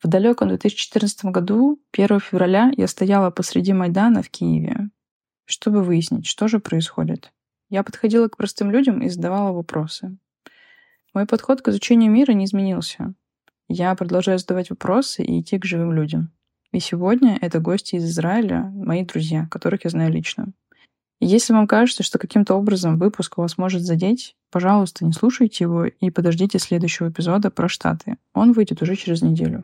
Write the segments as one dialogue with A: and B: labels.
A: далеком 2014 году, 1 февраля, я стояла посреди Майдана в Киеве, чтобы выяснить, что же происходит. Я подходила к простым людям и задавала вопросы. Мой подход к изучению мира не изменился. Я продолжаю задавать вопросы и идти к живым людям. И сегодня это гости из Израиля, мои друзья, которых я знаю лично. И если вам кажется, что каким-то образом выпуск вас может задеть, пожалуйста, не слушайте его и подождите следующего эпизода про Штаты. Он выйдет уже через неделю.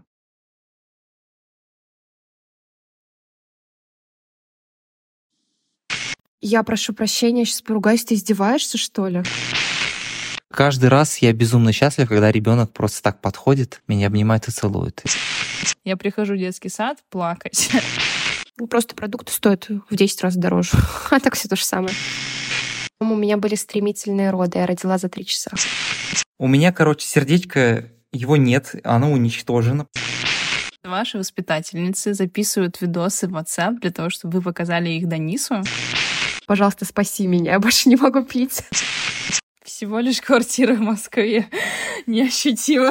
B: Я прошу прощения, сейчас поругаюсь, ты издеваешься, что ли?
C: Каждый раз я безумно счастлив, когда ребенок просто так подходит, меня обнимает и целует.
A: Я прихожу в детский сад плакать.
B: Просто продукты стоят в 10 раз дороже. А так все то же самое. У меня были стремительные роды, я родила за 3 часа.
C: У меня, сердечко, его нет, оно уничтожено.
A: Ваши воспитательницы записывают видосы в WhatsApp для того, чтобы вы показали их Данису.
B: Пожалуйста, спаси меня, я больше не могу пить.
A: Всего лишь квартира в Москве. Неощутимо.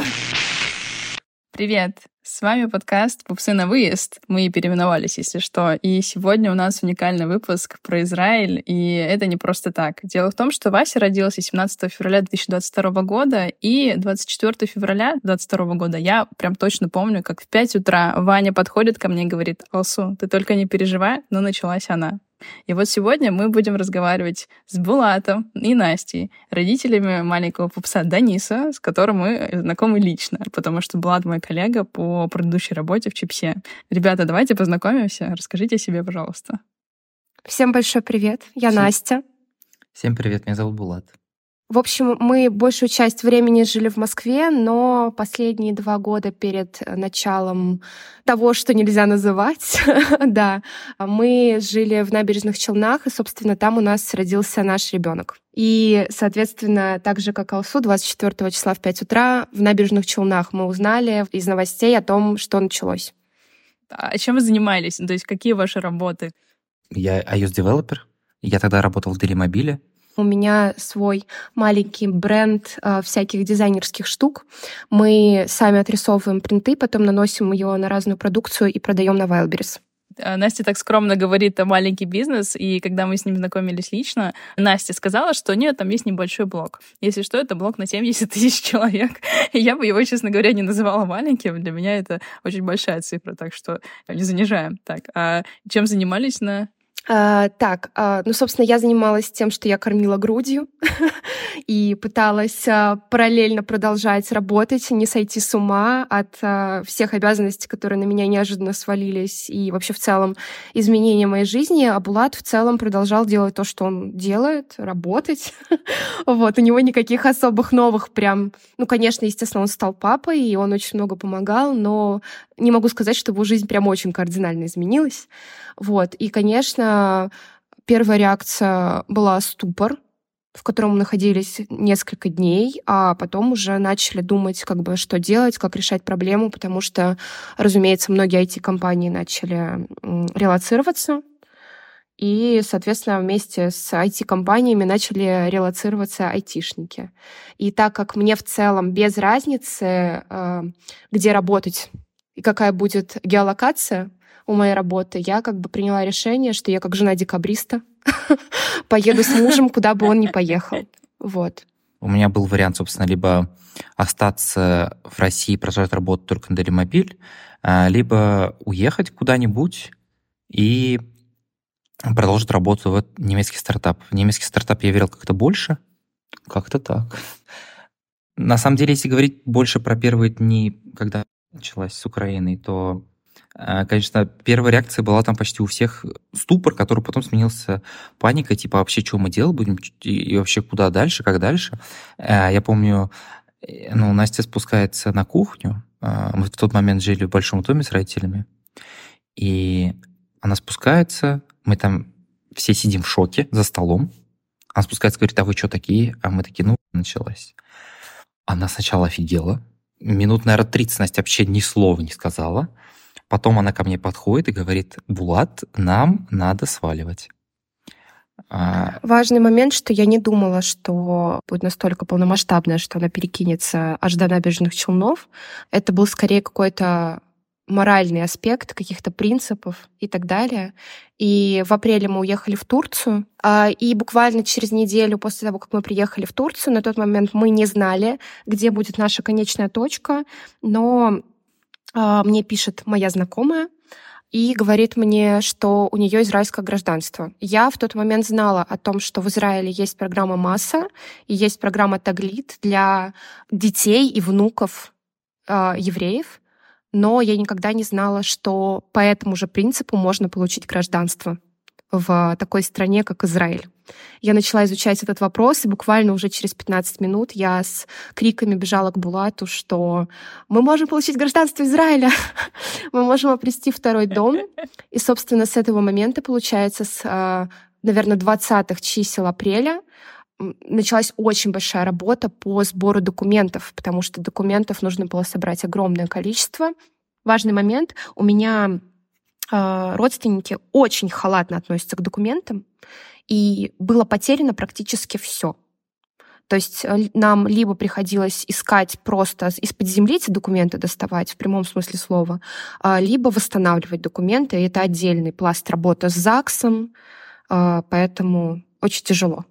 A: Привет! С вами подкаст «Пупсы на выезд». Мы переименовались, если что. И сегодня у нас уникальный выпуск про Израиль. И это не просто так. Дело в том, что Вася родился 17 февраля 2022 года. И 24 февраля 2022 года я прям точно помню, как в 5 утра Ваня подходит ко мне и говорит: «Алсу, ты только не переживай, но началась она». И вот сегодня мы будем разговаривать с Булатом и Настей, родителями маленького пупса Даниса, с которым мы знакомы лично, потому что Булат мой коллега по предыдущей работе в Чипсе. Ребята, давайте познакомимся. Расскажите о себе, пожалуйста.
B: Всем большой привет. Я Настя.
C: Всем привет, меня зовут Булат.
B: В общем, мы большую часть времени жили в Москве, но последние 2 года перед началом того, что нельзя называть, да, мы жили в Набережных Челнах, и, собственно, там у нас родился наш ребенок. И, соответственно, так же, как Алсу, 24 числа в 5 утра в Набережных Челнах мы узнали из новостей о том, что началось.
A: А чем вы занимались? То есть какие ваши работы?
C: Я iOS-девелопер. Я тогда работал в Делимобиле.
B: У меня свой маленький бренд всяких дизайнерских штук. Мы сами отрисовываем принты, потом наносим ее на разную продукцию и продаем на Wildberries.
A: Настя так скромно говорит о маленький бизнес, и когда мы с ним знакомились лично, Настя сказала, что нет, там есть небольшой блог. Если что, это блог на 70 тысяч человек. И я бы его, честно говоря, не называла маленьким. Для меня это очень большая цифра, так что не занижаем. Так, а чем занимались на...
B: Собственно, я занималась тем, что я кормила грудью и пыталась параллельно продолжать работать, не сойти с ума от всех обязанностей, которые на меня неожиданно свалились, и вообще в целом изменения моей жизни. А Булат в целом продолжал делать то, что он делает, работать. Вот, у него никаких особых новых прям... конечно, естественно, он стал папой, и он очень много помогал, но не могу сказать, что его жизнь прям очень кардинально изменилась. Вот. И, конечно, первая реакция была ступор, в котором мы находились несколько дней, а потом уже начали думать, что делать, как решать проблему, потому что, разумеется, многие IT-компании начали релоцироваться, и, соответственно, вместе с IT-компаниями начали релоцироваться айтишники. И так как мне в целом без разницы, где работать и какая будет геолокация у моей работы, я приняла решение, что я как жена декабриста поеду с мужем, куда бы он ни поехал. Вот.
C: У меня был вариант, собственно, либо остаться в России и продолжать работать только на Делимобиль, либо уехать куда-нибудь и продолжить работу в немецкий стартап. В немецкий стартап я верил как-то больше. Как-то так. На самом деле, если говорить больше про первые дни, когда началась с Украиной, то, конечно, первая реакция была там почти у всех ступор, который потом сменился паникой, типа, вообще, что мы делать будем, и вообще куда дальше, как дальше. Я помню, Настя спускается на кухню, мы в тот момент жили в большом доме с родителями, и она спускается, мы там все сидим в шоке за столом, она спускается, говорит: а вы что такие? А мы такие: началась. Она сначала офигела, минут, наверное, 30 Настя вообще ни слова не сказала. Потом она ко мне подходит и говорит: Булат, нам надо сваливать.
B: Важный момент, что я не думала, что будет настолько полномасштабное, что она перекинется аж до Набережных Челнов. Это был скорее какой-то моральный аспект каких-то принципов и так далее. И в апреле мы уехали в Турцию, и буквально через неделю после того, как мы приехали в Турцию, на тот момент мы не знали, где будет наша конечная точка, но мне пишет моя знакомая и говорит мне, что у нее израильское гражданство. Я в тот момент знала о том, что в Израиле есть программа «Масса» и есть программа «Таглит» для детей и внуков евреев, но я никогда не знала, что по этому же принципу можно получить гражданство в такой стране, как Израиль. Я начала изучать этот вопрос, и буквально уже через 15 минут я с криками бежала к Булату, что мы можем получить гражданство Израиля, мы можем обрести второй дом. И, собственно, с этого момента, получается, с, наверное, 20-х чисел апреля началась очень большая работа по сбору документов, потому что документов нужно было собрать огромное количество. Важный момент. У меня родственники очень халатно относятся к документам, и было потеряно практически все. То есть нам либо приходилось искать просто из-под земли эти документы доставать, в прямом смысле слова, либо восстанавливать документы. И это отдельный пласт работы с ЗАГСом, поэтому очень тяжело.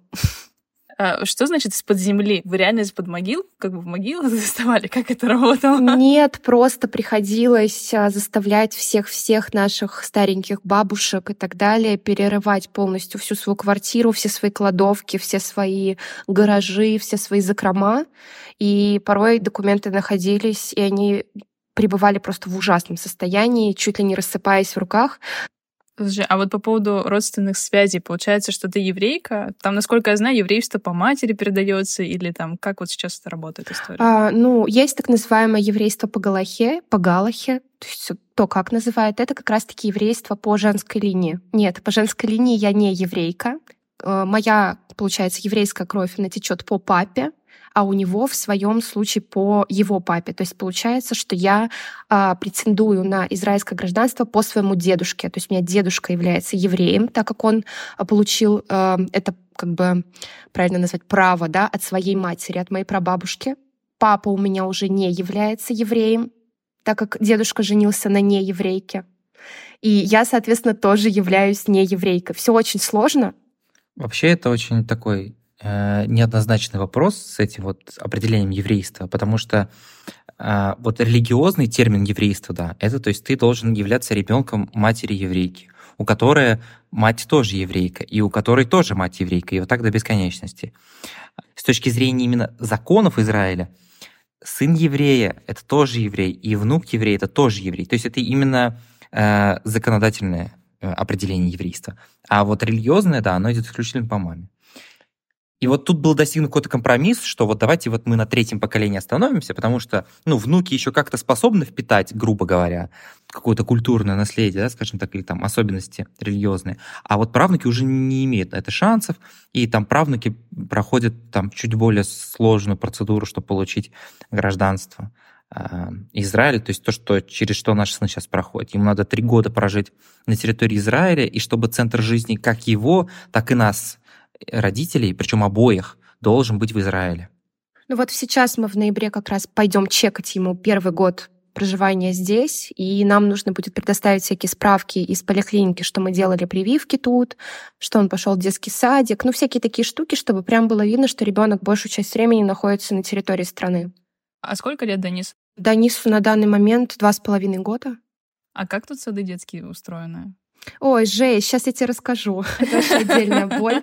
A: Что значит из-под земли? Вы реально из-под могил? Как бы в могилу доставали? Как это работало?
B: Нет, просто приходилось заставлять всех наших стареньких бабушек и так далее перерывать полностью всю свою квартиру, все свои кладовки, все свои гаражи, все свои закрома. И порой документы находились, и они пребывали просто в ужасном состоянии, чуть ли не рассыпаясь в руках.
A: Слушай, а вот по поводу родственных связей, получается, что ты еврейка? Там, насколько я знаю, еврейство по матери передается, или там как вот сейчас это работает история?
B: Есть так называемое еврейство по Галахе, то есть то, как называют, это как раз-таки еврейство по женской линии. Нет, по женской линии я не еврейка. Моя, получается, еврейская кровь, она течет по папе, а у него в своем случае по его папе. То есть получается, что я претендую на израильское гражданство по своему дедушке. То есть у меня дедушка является евреем, так как он получил это, как бы правильно назвать, право, да, от своей матери, от моей прабабушки. Папа у меня уже не является евреем, так как дедушка женился на нееврейке. И я, соответственно, тоже являюсь нееврейкой. Все очень сложно.
C: Вообще это очень такой неоднозначный вопрос с этим вот определением еврейства, потому что вот религиозный термин еврейства, да, это, то есть ты должен являться ребенком матери еврейки, у которой мать тоже еврейка, и у которой тоже мать еврейка, и вот так до бесконечности. С точки зрения именно законов Израиля, сын еврея — это тоже еврей, и внук еврея — это тоже еврей. То есть это именно законодательное определение еврейства. А вот религиозное, да, оно идет исключительно по маме. И вот тут был достигнут какой-то компромисс, что вот давайте вот мы на 3-м поколении остановимся, потому что, внуки еще как-то способны впитать, грубо говоря, какое-то культурное наследие, да, скажем так, или там особенности религиозные, а вот правнуки уже не имеют на это шансов, и там правнуки проходят там чуть более сложную процедуру, чтобы получить гражданство Израиля, то есть то, через что наш сын сейчас проходит. Ему надо 3 года прожить на территории Израиля, и чтобы центр жизни как его, так и нас, родителей, причем обоих, должен быть в Израиле.
B: Вот сейчас мы в ноябре как раз пойдем чекать ему 1-й год проживания здесь, и нам нужно будет предоставить всякие справки из поликлиники, что мы делали прививки тут, что он пошел в детский садик, всякие такие штуки, чтобы прям было видно, что ребенок большую часть времени находится на территории страны.
A: А сколько лет Данис?
B: Данису на данный момент 2,5 года.
A: А как тут сады детские устроены?
B: Ой, жесть, сейчас я тебе расскажу. Это вообще отдельная боль.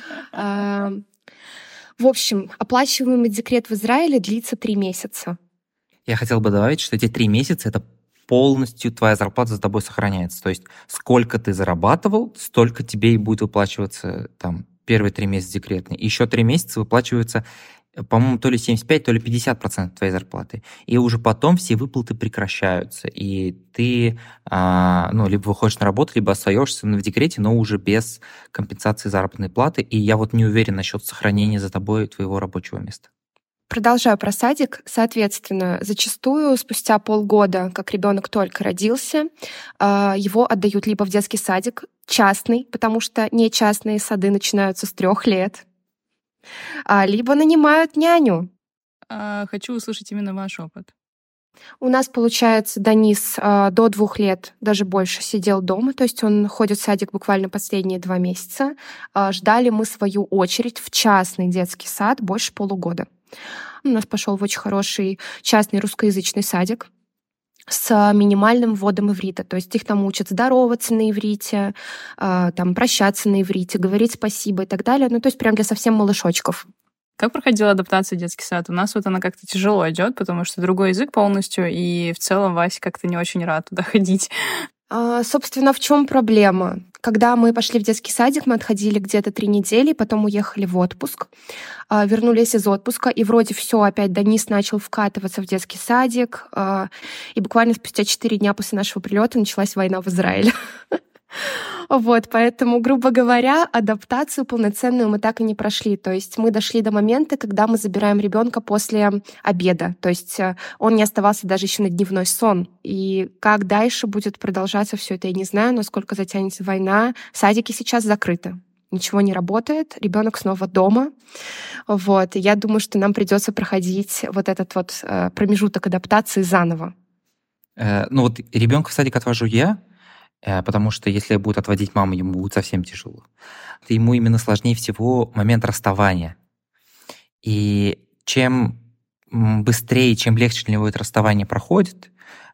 B: В общем, оплачиваемый декрет в Израиле длится 3 месяца.
C: Я хотел бы добавить, что эти 3 месяца — это полностью твоя зарплата за тобой сохраняется. То есть сколько ты зарабатывал, столько тебе и будет выплачиваться там первые 3 месяца декретные. Еще 3 месяца выплачиваются, по-моему, то ли 75, то ли 50% твоей зарплаты. И уже потом все выплаты прекращаются. И ты либо выходишь на работу, либо остаешься в декрете, но уже без компенсации заработной платы. И я вот не уверен насчет сохранения за тобой твоего рабочего места.
B: Продолжаю про садик. Соответственно, зачастую спустя полгода, как ребенок только родился, его отдают либо в детский садик частный, потому что не частные сады начинаются с 3 лет, либо нанимают няню.
A: Хочу услышать именно ваш опыт.
B: У нас, получается, Данис до 2 лет, даже больше, сидел дома, то есть он ходит в садик буквально последние 2 месяца. Ждали мы свою очередь в частный детский сад больше полугода. У нас пошел в очень хороший частный русскоязычный садик с минимальным вводом иврита. То есть их там учат здороваться на иврите, там прощаться на иврите, говорить спасибо и так далее. Ну, то есть прям для совсем малышочков.
A: Как проходила адаптация в детский сад? У нас вот она как-то тяжело идет, потому что другой язык полностью, и в целом Вася как-то не очень рад туда ходить.
B: Собственно, в чем проблема? Когда мы пошли в детский садик, мы отходили где-то 3 недели, потом уехали в отпуск, вернулись из отпуска, и вроде все опять Денис начал вкатываться в детский садик, и буквально спустя 4 дня после нашего прилета началась война в Израиле. Вот, поэтому, грубо говоря, адаптацию полноценную мы так и не прошли. То есть мы дошли до момента, когда мы забираем ребенка после обеда. То есть он не оставался даже еще на дневной сон. И как дальше будет продолжаться все это, я не знаю, насколько затянется война. Садики сейчас закрыты. Ничего не работает, ребенок снова дома. Вот. И я думаю, что нам придется проходить вот этот вот промежуток адаптации заново.
C: Ну вот ребенка в садик отвожу я, потому что если будет отводить мама, ему будет совсем тяжело. Ему именно сложнее всего момент расставания. И чем быстрее, чем легче для него это расставание проходит,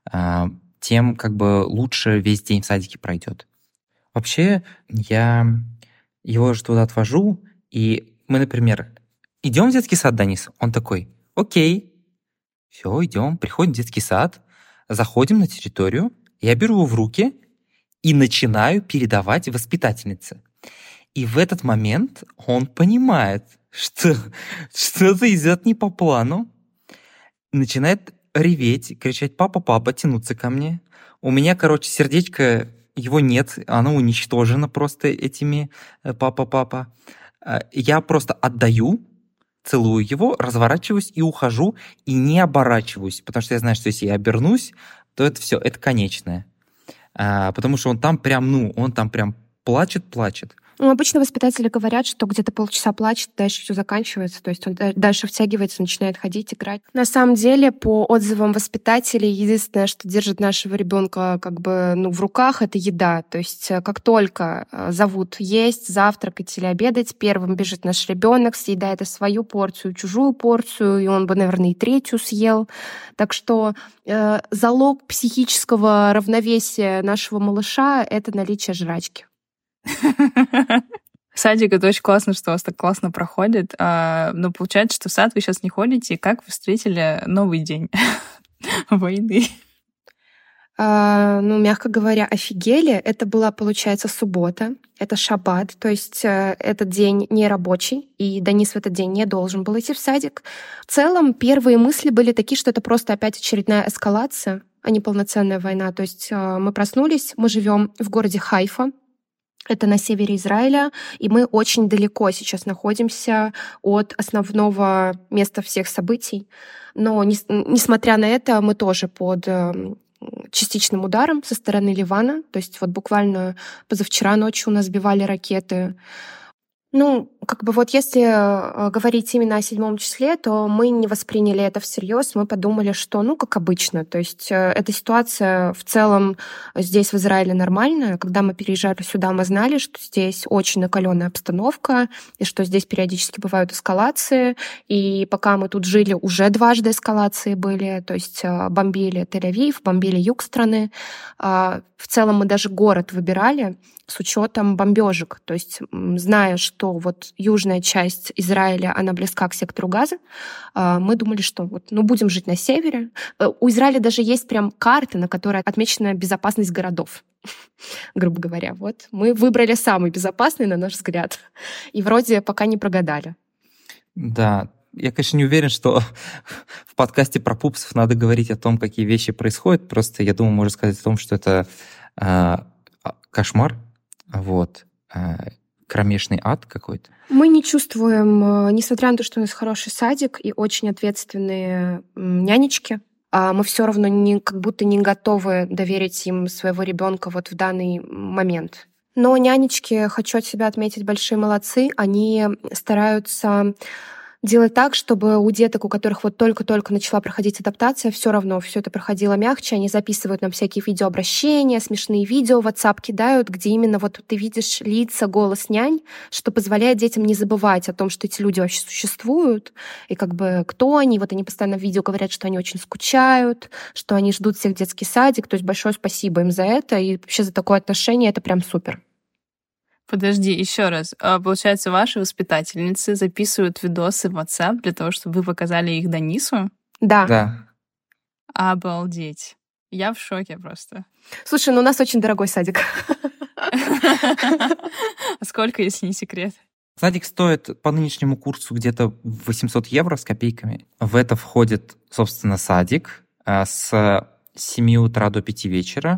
C: тем как бы лучше весь день в садике пройдет. Вообще, я его же туда отвожу, и мы, например, идем в детский сад, Денис? Он такой, окей, все, идем, приходим в детский сад, заходим на территорию, я беру его в руки и начинаю передавать воспитательнице. И в этот момент он понимает, что что-то идет не по плану, начинает реветь, кричать «папа, папа», тянуться ко мне. У меня, короче, сердечко, его нет, оно уничтожено просто этими «папа, папа». Я просто отдаю, целую его, разворачиваюсь и ухожу, и не оборачиваюсь, потому что я знаю, что если я обернусь, то это все, это конечное. Потому что он там прям плачет.
B: Ну, обычно воспитатели говорят, что где-то полчаса плачет, дальше все заканчивается, то есть он дальше втягивается, начинает ходить, играть. На самом деле, по отзывам воспитателей, единственное, что держит нашего ребенка как бы в руках, это еда. То есть как только зовут есть, завтракать или обедать, первым бежит наш ребенок, съедает и свою порцию, чужую порцию, и он бы, наверное, и 3-ю съел. Так что залог психического равновесия нашего малыша — это наличие жрачки.
A: Садик — это очень классно, что у вас так классно проходит. Но получается, что в сад вы сейчас не ходите. Как вы встретили новый день войны?
B: Мягко говоря, офигели. Это была, получается, суббота, это шаббат, то есть этот день не рабочий, и Денис в этот день не должен был идти в садик. В целом, первые мысли были такие, что это просто опять очередная эскалация, а не полноценная война. То есть мы проснулись, мы живем в городе Хайфа, это на севере Израиля, и мы очень далеко сейчас находимся от основного места всех событий. Но, несмотря на это, мы тоже под частичным ударом со стороны Ливана. То есть вот буквально позавчера ночью у нас сбивали ракеты. Если говорить именно о 7 числе, то мы не восприняли это всерьез. Мы подумали, что, как обычно. То есть эта ситуация в целом здесь, в Израиле, нормальная. Когда мы переезжали сюда, мы знали, что здесь очень накаленная обстановка, и что здесь периодически бывают эскалации. И пока мы тут жили, уже дважды эскалации были. То есть бомбили Тель-Авив, бомбили юг страны. В целом мы даже город выбирали с учетом бомбежек. То есть, зная, что вот южная часть Израиля, она близка к сектору Газа, мы думали, что будем жить на севере. У Израиля даже есть прям карта, на которой отмечена безопасность городов, грубо говоря. Вот мы выбрали самый безопасный, на наш взгляд, и вроде пока не прогадали.
C: Да, я, конечно, не уверен, что в подкасте про пупсов надо говорить о том, какие вещи происходят. Просто, я думаю, можно сказать о том, что это кошмар, кромешный ад какой-то.
B: Мы не чувствуем, несмотря на то, что у нас хороший садик и очень ответственные нянечки, мы все равно как будто не готовы доверить им своего ребенка в данный момент. Но нянечки, хочу от себя отметить, большие молодцы. Они стараются делать так, чтобы у деток, у которых вот только-только начала проходить адаптация, все равно все это проходило мягче. Они записывают нам всякие видеообращения, смешные видео в WhatsApp кидают, где именно вот ты видишь лица, голос нянь, что позволяет детям не забывать о том, что эти люди вообще существуют, и как бы кто они. Вот они постоянно в видео говорят, что они очень скучают, что они ждут всех в детский садик. То есть большое спасибо им за это, и вообще за такое отношение. Это прям супер.
A: Подожди, еще раз. Получается, ваши воспитательницы записывают видосы в WhatsApp для того, чтобы вы показали их Денису?
B: Да.
C: Да.
A: Обалдеть. Я в шоке просто.
B: Слушай, ну у нас очень дорогой садик.
A: А сколько, если не секрет?
C: Садик стоит по нынешнему курсу где-то 800 евро с копейками. В это входит, собственно, садик с 7 утра до 5 вечера.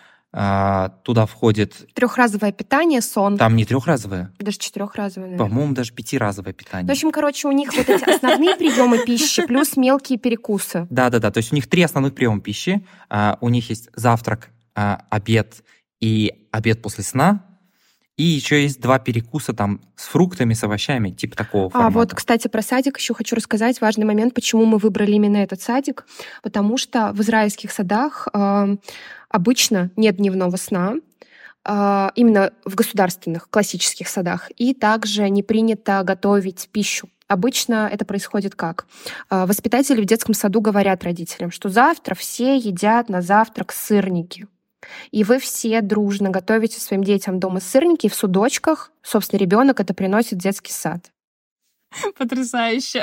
C: Туда входит...
B: 3-разовое питание, сон.
C: Там не 3-разовое.
B: Даже 4-разовое, наверное.
C: По-моему, даже 5-разовое питание.
B: В общем, короче, у них вот эти основные приемы пищи плюс мелкие перекусы.
C: Да. То есть у них 3 основных приема пищи. У них есть завтрак, обед и обед после сна. И еще есть 2 перекуса там с фруктами, с овощами, типа такого формата.
B: Вот, кстати, про садик еще хочу рассказать важный момент, почему мы выбрали именно этот садик. Потому что в израильских садах обычно нет дневного сна, именно в государственных классических садах. И также не принято готовить пищу. Обычно это происходит как? Воспитатели в детском саду говорят родителям, что завтра все едят на завтрак сырники. И вы все дружно готовите своим детям дома сырники в судочках. Собственно, ребенок это приносит в детский сад.
A: Потрясающе.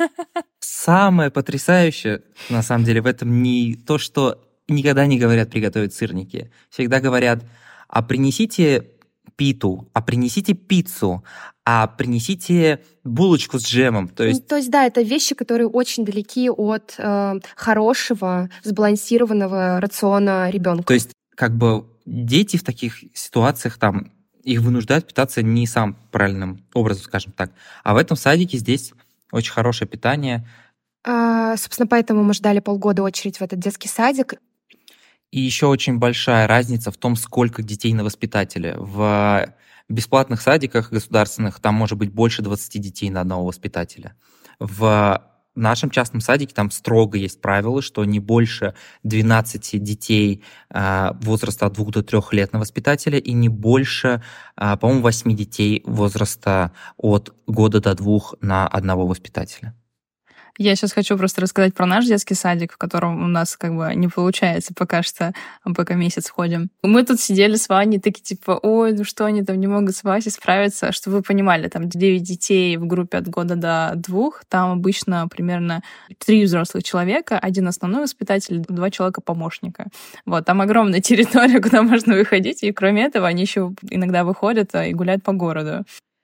C: Самое потрясающее, на самом деле, в этом не то, что никогда не говорят приготовить сырники. Всегда говорят, а принесите питу, а принесите пиццу, а принесите булочку с джемом. То есть,
B: да, это вещи, которые очень далеки от хорошего, сбалансированного рациона ребенка.
C: То есть, как бы дети в таких ситуациях там их вынуждают питаться не самым правильным образом, скажем так. А в этом садике здесь очень хорошее питание.
B: Собственно, поэтому мы ждали полгода очередь в этот детский садик.
C: И еще очень большая разница в том, сколько детей на воспитателя. В бесплатных садиках государственных там может быть больше 20 детей на одного воспитателя. В нашем частном садике там строго есть правило, что не больше 12 детей возраста от 2 до 3 лет на воспитателя и не больше, по-моему, 8 детей возраста от года до 2 на одного воспитателя.
A: Я сейчас хочу просто рассказать про наш детский садик, в котором у нас как бы не получается пока что, пока месяц ходим. Мы тут сидели с Ваней, такие типа, ой, ну что они там не могут с Васей справиться. Чтобы вы понимали, там 9 детей в группе от года до 2, там обычно примерно 3 взрослых человека, 1 основной воспитатель, 2 человека-помощника. Вот, там огромная территория, куда можно выходить, и кроме этого они еще иногда выходят и гуляют по городу.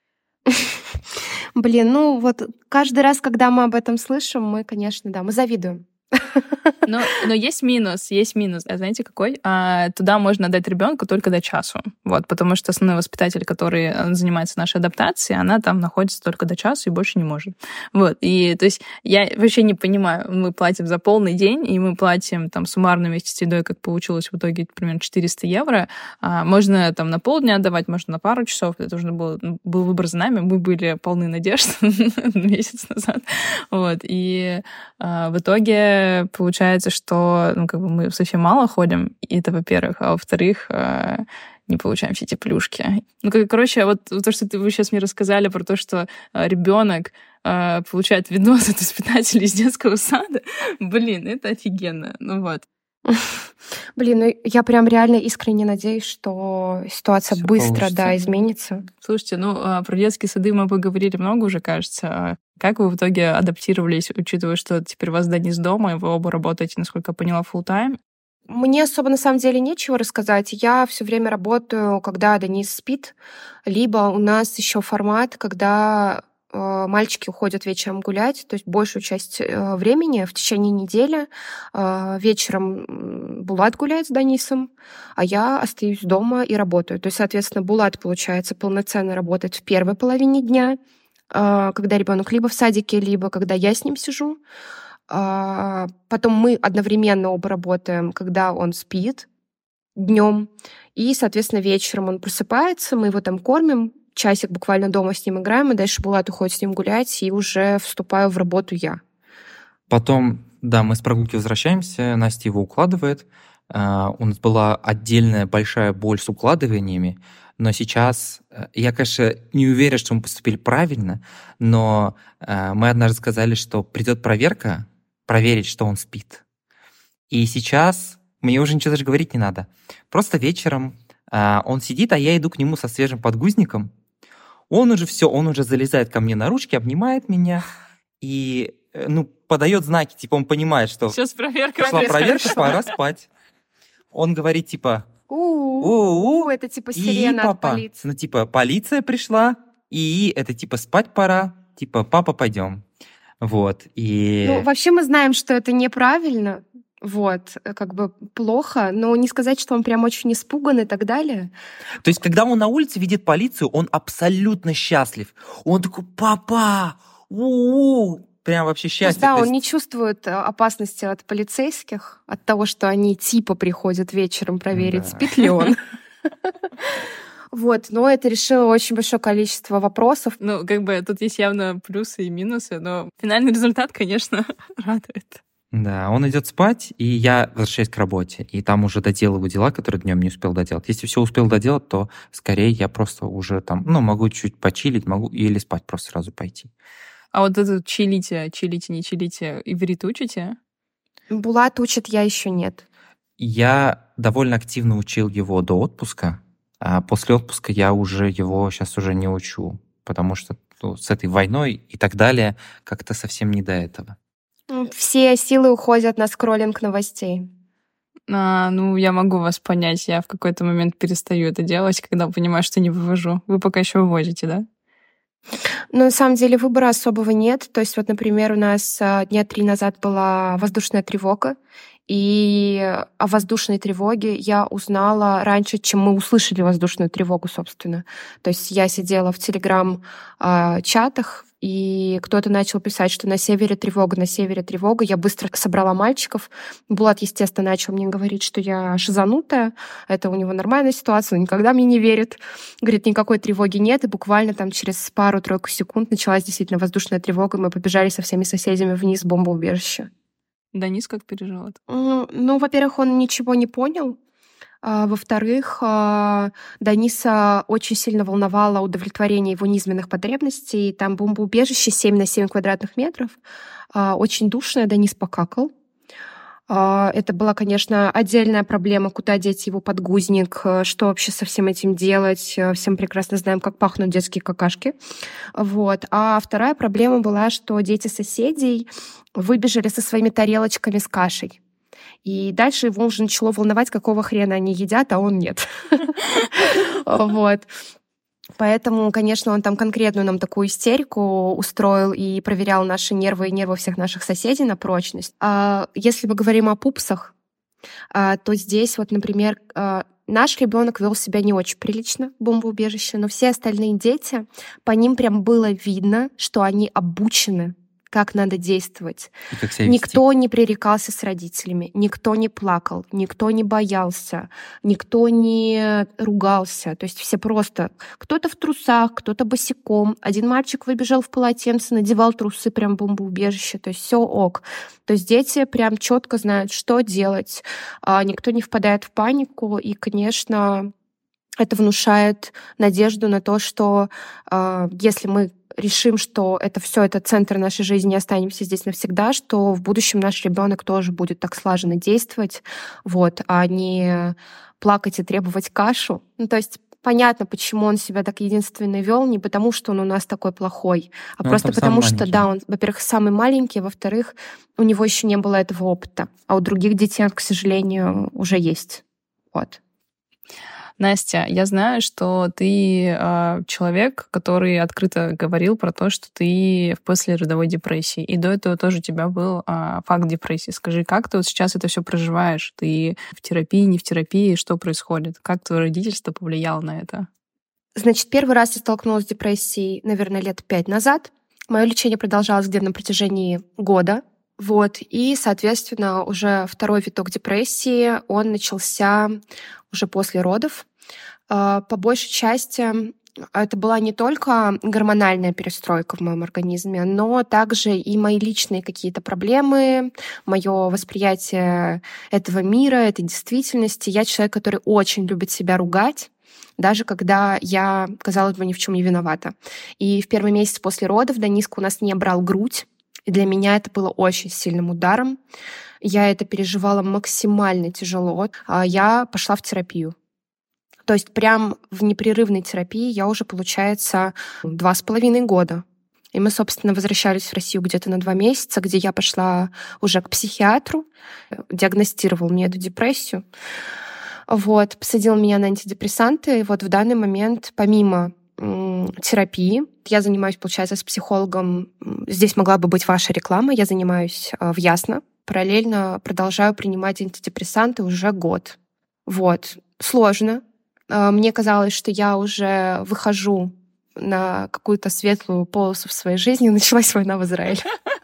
B: Блин, ну вот каждый раз, когда мы об этом слышим, мы, конечно, да, мы завидуем.
A: Но есть минус. А знаете какой? Туда можно отдать ребенка только до часу. Вот, потому что основной воспитатель, который занимается нашей адаптацией, она там находится только до часу и больше не может. Вот. И то есть я вообще не понимаю, мы платим за полный день, и мы платим там суммарно вместе с едой, как получилось в итоге, примерно 400 евро. Можно там на полдня отдавать, можно на пару часов. Это уже был выбор за нами. Мы были полны надежд месяц назад. Вот. И в итоге получается, что мы совсем мало ходим, и это, во-первых, а во-вторых, не получаем все эти плюшки. Короче, вот то, что вы сейчас мне рассказали про то, что ребенок получает видос от воспитателя из детского сада, блин, это офигенно.
B: Блин, ну я прям реально искренне надеюсь, что ситуация
C: Всё
B: быстро,
C: получится.
B: изменится.
A: Слушайте, про детские сады мы поговорили много уже, кажется. Как вы в итоге адаптировались, учитывая, что теперь у вас Денис дома, и вы оба работаете, насколько я поняла, full-time?
B: Мне особо на самом деле нечего рассказать. Я все время работаю, когда Денис спит, либо у нас еще формат, когда мальчики уходят вечером гулять, то есть большую часть времени в течение недели вечером Булат гуляет с Денисом, а я остаюсь дома и работаю. То есть, соответственно, Булат, получается, полноценно работает в первой половине дня, когда ребенок либо в садике, либо когда я с ним сижу. Потом мы одновременно оба работаем, когда он спит днем, и, соответственно, вечером он просыпается, мы его там кормим, часик буквально дома с ним играем, и дальше Булат уходит с ним гулять, и уже вступаю в работу я.
C: Потом, да, мы с прогулки возвращаемся, Настя его укладывает. У нас была отдельная большая боль с укладываниями, но сейчас я, конечно, не уверен, что мы поступили правильно, но мы однажды сказали, что придет проверка, проверить, что он спит. И сейчас мне уже ничего даже говорить не надо. Просто вечером он сидит, а я иду к нему со свежим подгузником. Он уже все, он уже залезает ко мне на ручки, обнимает меня и подает знаки, типа он понимает, что
A: сейчас проверка.
C: Пошла проверка, пора спать. Он говорит, типа,
B: это типа сирена от полиции.
C: Полиция пришла, и это типа спать пора, типа папа, пойдем. Вот, и...
B: Вообще мы знаем, что это неправильно, вот, как бы плохо, но не сказать, что он прям очень испуган и так далее.
C: То есть, когда он на улице видит полицию, он абсолютно счастлив. Он такой, папа, прям вообще счастье.
B: Да, он не чувствует опасности от полицейских, от того, что они типа приходят вечером проверить, спит ли он. Вот, но это решило очень большое количество вопросов.
A: Тут есть явно плюсы и минусы, но финальный результат, конечно, радует.
C: Да, он идет спать, и я возвращаюсь к работе, и там уже доделываю дела, которые днем не успел доделать. Если все успел доделать, то скорее я просто уже там, могу чуть почилить, могу или спать просто сразу пойти.
A: А вот это чилите, не чилите, иврит учите?
B: Булат учит, я еще нет.
C: Я довольно активно учил его до отпуска, а после отпуска я уже его сейчас уже не учу, потому что с этой войной и так далее как-то совсем не до этого.
B: Все силы уходят на скроллинг новостей.
A: Я могу вас понять. Я в какой-то момент перестаю это делать, когда понимаю, что не вывожу. Вы пока еще вывозите, да?
B: На самом деле выбора особого нет. То есть вот, например, у нас дня 3 назад была воздушная тревога, и о воздушной тревоге я узнала раньше, чем мы услышали воздушную тревогу, собственно. То есть я сидела в телеграм-чатах, и кто-то начал писать, что на севере тревога, на севере тревога. Я быстро собрала мальчиков. Булат, естественно, начал мне говорить, что я шизанутая. Это у него нормальная ситуация, он никогда мне не верит. Говорит, никакой тревоги нет. И буквально там через пару-тройку секунд началась действительно воздушная тревога. Мы побежали со всеми соседями вниз в бомбоубежище.
A: Денис как пережил это?
B: Во-первых, он ничего не понял. Во-вторых, Дениса очень сильно волновало удовлетворение его низменных потребностей. Там бомбоубежище 7 на 7 квадратных метров. Очень душное, Денис покакал. Это была, конечно, отдельная проблема, куда деть его подгузник, что вообще со всем этим делать. Всем прекрасно знаем, как пахнут детские какашки. Вот. А вторая проблема была, что дети соседей выбежали со своими тарелочками с кашей. И дальше его уже начало волновать, какого хрена они едят, а он нет. Вот. Поэтому, конечно, он там конкретную нам такую истерику устроил и проверял наши нервы и нервы всех наших соседей на прочность. Если мы говорим о пупсах, то здесь вот, например, наш ребенок вел себя не очень прилично в бомбоубежище, но все остальные дети, по ним прям было видно, что они обучены, как надо действовать. Никто не пререкался с родителями, никто не плакал, никто не боялся, никто не ругался. То есть все просто... Кто-то в трусах, кто-то босиком. Один мальчик выбежал в полотенце, надевал трусы прям в бомбоубежище. То есть все ок. То есть дети прям четко знают, что делать. Никто не впадает в панику. И, конечно, это внушает надежду на то, что если мы решим, что это все, это центр нашей жизни, останемся здесь навсегда, что в будущем наш ребенок тоже будет так слаженно действовать, вот, а не плакать и требовать кашу. То есть понятно, почему он себя так единственно вел, не потому, что он у нас такой плохой, а просто потому, что, да, он, во-первых, самый маленький, во-вторых, у него еще не было этого опыта, а у других детей, к сожалению, уже есть. Вот.
A: Настя, я знаю, что ты человек, который открыто говорил про то, что ты в послеродовой депрессии. И до этого тоже у тебя был факт депрессии. Скажи, как ты вот сейчас это все проживаешь? Ты в терапии, не в терапии? Что происходит? Как твое родительство повлияло на это?
B: Значит, первый раз я столкнулась с депрессией, наверное, лет 5 назад. Мое лечение продолжалось где-то на протяжении года. Вот. И, соответственно, уже второй виток депрессии, он начался уже после родов. По большей части это была не только гормональная перестройка в моем организме, но также и мои личные какие-то проблемы, мое восприятие этого мира, этой действительности. Я человек, который очень любит себя ругать, даже когда я, казалось бы, ни в чем не виновата. И в первый месяц после родов Даниска у нас не брал грудь, и для меня это было очень сильным ударом. Я это переживала максимально тяжело. Я пошла в терапию. То есть прям в непрерывной терапии я уже, получается, 2,5 года. И мы, собственно, возвращались в Россию где-то на 2 месяца, где я пошла уже к психиатру, диагностировал мне эту депрессию. Вот, посадил меня на антидепрессанты. И вот в данный момент, помимо терапии, я занимаюсь, получается, с психологом. Здесь могла бы быть ваша реклама. Я занимаюсь в Ясно. Параллельно продолжаю принимать антидепрессанты уже год. Вот. Сложно. Мне казалось, что я уже выхожу на какую-то светлую полосу в своей жизни. Началась война в Израиле.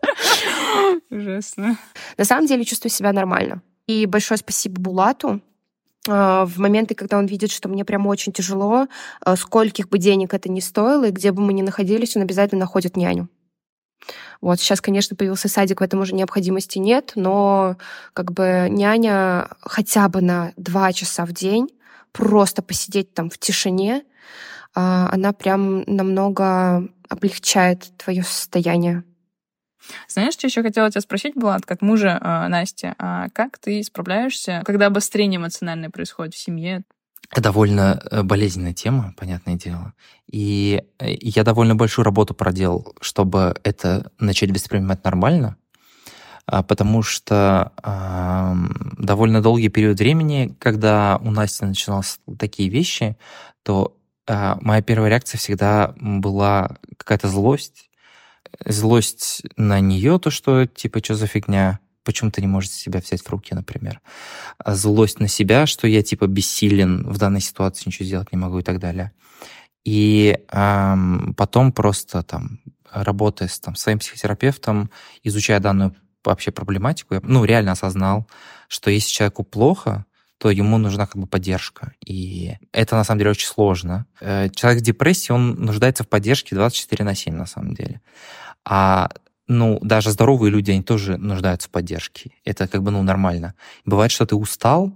A: Ужасно.
B: На самом деле чувствую себя нормально. И большое спасибо Булату. В моменты, когда он видит, что мне прям очень тяжело, скольких бы денег это ни стоило, и где бы мы ни находились, он обязательно находит няню. Вот сейчас, конечно, появился садик, в этом уже необходимости нет, но как бы няня хотя бы на 2 часа в день просто посидеть там в тишине, она прям намного облегчает твое состояние.
A: Знаешь, что еще хотела тебя спросить, Булат, как мужа Насти, как ты справляешься, когда обострение эмоциональное происходит в семье?
C: Это довольно болезненная тема, понятное дело. И я довольно большую работу проделал, чтобы это начать воспринимать нормально, потому что довольно долгий период времени, когда у Насти начинались такие вещи, то моя первая реакция всегда была какая-то злость. Злость на нее, то, что, типа, что за фигня, почему ты не можешь себя взять в руки, например. Злость на себя, что я, типа, бессилен в данной ситуации, ничего сделать не могу и так далее. И потом просто, там, работая с своим психотерапевтом, изучая данную вообще проблематику, я, реально осознал, что если человеку плохо, то ему нужна как бы поддержка. И это, на самом деле, очень сложно. Человек с депрессией, он нуждается в поддержке 24/7, на самом деле. Даже здоровые люди, они тоже нуждаются в поддержке. Это как бы, нормально. Бывает, что ты устал,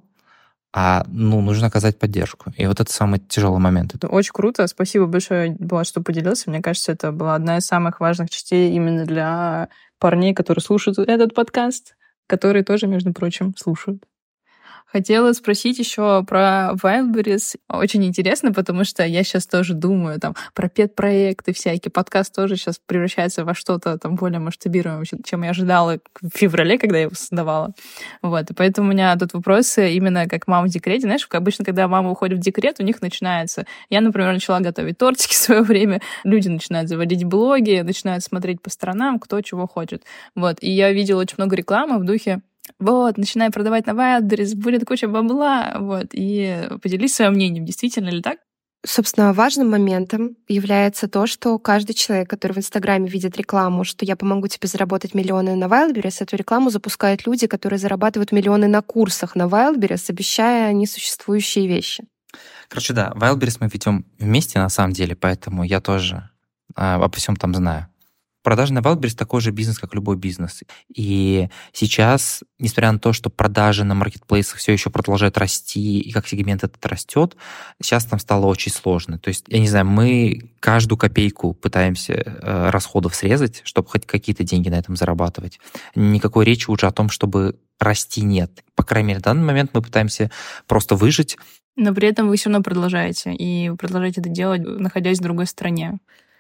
C: нужно оказать поддержку. И вот это самый тяжелый момент.
A: Это очень круто. Спасибо большое, Булат, что поделился. Мне кажется, это была одна из самых важных частей именно для парней, которые слушают этот подкаст, которые тоже, между прочим, слушают. Хотела спросить еще про Wildberries. Очень интересно, потому что я сейчас тоже думаю про пет-проекты всякие. Подкаст тоже сейчас превращается во что-то более масштабируемое, чем я ожидала в феврале, когда я его создавала. Вот. И поэтому у меня тут вопросы именно как мама в декрете. Знаешь, обычно, когда мама уходит в декрет, у них начинается... Я, например, начала готовить тортики в свое время. Люди начинают заводить блоги, начинают смотреть по сторонам, кто чего хочет. Вот. И я видела очень много рекламы в духе: вот, начинай продавать на Wildberries, будет куча бабла, вот, и поделись своим мнением, действительно ли так?
B: Собственно, важным моментом является то, что каждый человек, который в Инстаграме видит рекламу, что я помогу тебе заработать миллионы на Wildberries, эту рекламу запускают люди, которые зарабатывают миллионы на курсах на Wildberries, обещая несуществующие вещи.
C: Короче, да, Wildberries мы ведем вместе, на самом деле, поэтому я тоже обо всем там знаю. Продажи на Wildberries такой же бизнес, как любой бизнес. И сейчас, несмотря на то, что продажи на маркетплейсах все еще продолжают расти, и как сегмент этот растет, сейчас там стало очень сложно. То есть, я не знаю, мы каждую копейку пытаемся расходов срезать, чтобы хоть какие-то деньги на этом зарабатывать. Никакой речи уже о том, чтобы расти, нет. По крайней мере, в данный момент мы пытаемся просто выжить.
A: Но при этом вы все равно продолжаете, и вы продолжаете это делать, находясь в другой стране.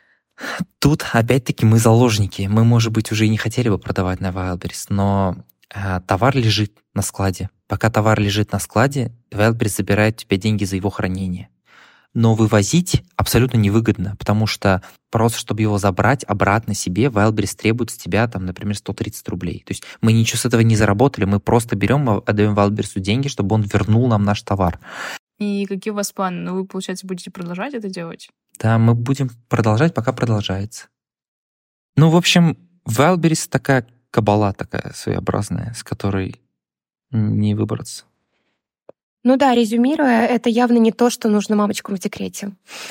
C: Тут, опять-таки, мы заложники. Мы, может быть, уже и не хотели бы продавать на Wildberries, но товар лежит на складе. Пока товар лежит на складе, Wildberries забирает у тебя деньги за его хранение. Но вывозить абсолютно невыгодно, потому что просто, чтобы его забрать обратно себе, Wildberries требует с тебя, например, 130 рублей. То есть мы ничего с этого не заработали, мы просто берем, отдаем Wildberries деньги, чтобы он вернул нам наш товар.
A: И какие у вас планы? Вы, получается, будете продолжать это делать?
C: Да, мы будем продолжать, пока продолжается. В общем, Wildberries такая кабала такая своеобразная, с которой не выбраться.
B: Ну да, резюмируя, это явно не то, что нужно мамочкам в декрете.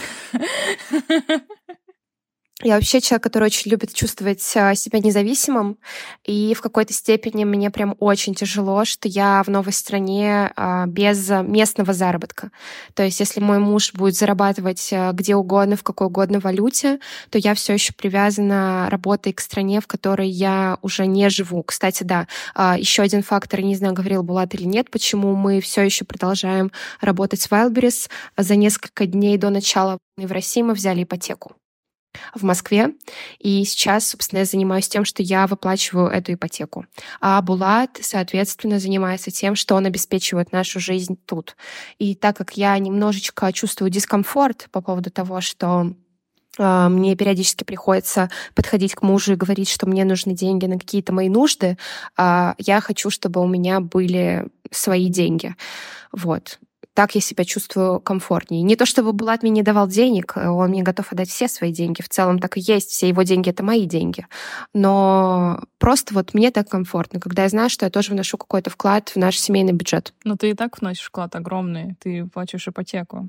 B: Я вообще человек, который очень любит чувствовать себя независимым, и в какой-то степени мне прям очень тяжело, что я в новой стране без местного заработка. То есть если мой муж будет зарабатывать где угодно, в какой угодно валюте, то я все еще привязана работой к стране, в которой я уже не живу. Кстати, да, еще один фактор, не знаю, говорил Булат или нет, почему мы все еще продолжаем работать с Wildberries. За несколько дней до начала войны в России мы взяли ипотеку в Москве. И сейчас, собственно, я занимаюсь тем, что я выплачиваю эту ипотеку. А Булат, соответственно, занимается тем, что он обеспечивает нашу жизнь тут. И так как я немножечко чувствую дискомфорт по поводу того, что мне периодически приходится подходить к мужу и говорить, что мне нужны деньги на какие-то мои нужды, я хочу, чтобы у меня были свои деньги. Вот. Так я себя чувствую комфортнее. Не то чтобы Булат мне не давал денег, он мне готов отдать все свои деньги. В целом так и есть, все его деньги — это мои деньги. Но просто вот мне так комфортно, когда я знаю, что я тоже вношу какой-то вклад в наш семейный бюджет.
A: Но ты и так вносишь вклад огромный, ты платишь ипотеку.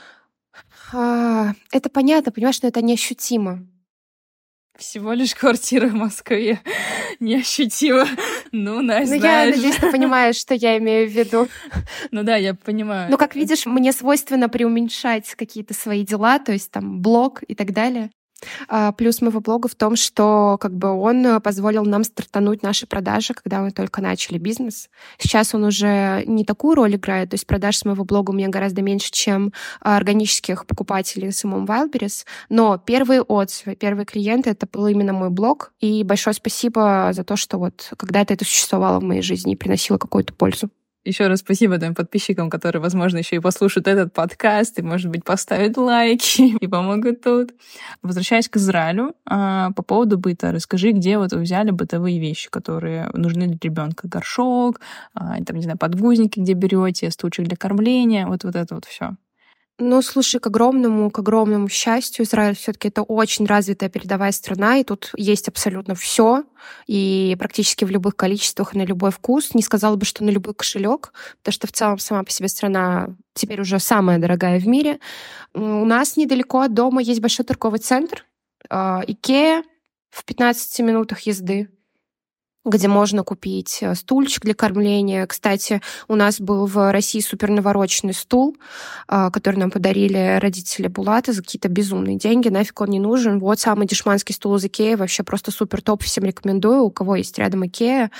B: Это понятно, понимаешь, но это неощутимо.
A: Всего лишь квартира в Москве. Неощутимо. Ну, Настя,
B: я надеюсь, ты понимаешь, что я имею в виду.
A: Ну да, я понимаю.
B: Ну, как видишь, мне свойственно преуменьшать какие-то свои дела, то есть там блог и так далее. Плюс моего блога в том, что как бы он позволил нам стартануть наши продажи, когда мы только начали бизнес. Сейчас он уже не такую роль играет, то есть продаж с моего блога у меня гораздо меньше, чем органических покупателей на самом Wildberries. Но первые отзывы, первые клиенты — это был именно мой блог. И большое спасибо за то, что вот когда-то это существовало в моей жизни и приносило какую-то пользу.
A: Еще раз спасибо твоим подписчикам, которые, возможно, еще и послушают этот подкаст и, может быть, поставят лайки и помогут тут. Возвращаясь к Израилю, по поводу быта, расскажи, где вот вы взяли бытовые вещи, которые нужны для ребенка: горшок, там, не знаю, подгузники, где берете, стульчик для кормления, вот это вот все.
B: Ну, слушай, к огромному счастью, Израиль все-таки это очень развитая передовая страна, и тут есть абсолютно все, и практически в любых количествах, на любой вкус. Не сказала бы, что на любой кошелек, потому что в целом сама по себе страна теперь уже самая дорогая в мире. У нас недалеко от дома есть большой торговый центр, Икеа в 15 минутах езды, где можно купить стульчик для кормления. Кстати, у нас был в России супер навороченный стул, который нам подарили родители Булата за какие-то безумные деньги. Нафиг он не нужен. Вот самый дешманский стул из Икеа. Вообще просто супер топ. Всем рекомендую. У кого есть рядом Икеа,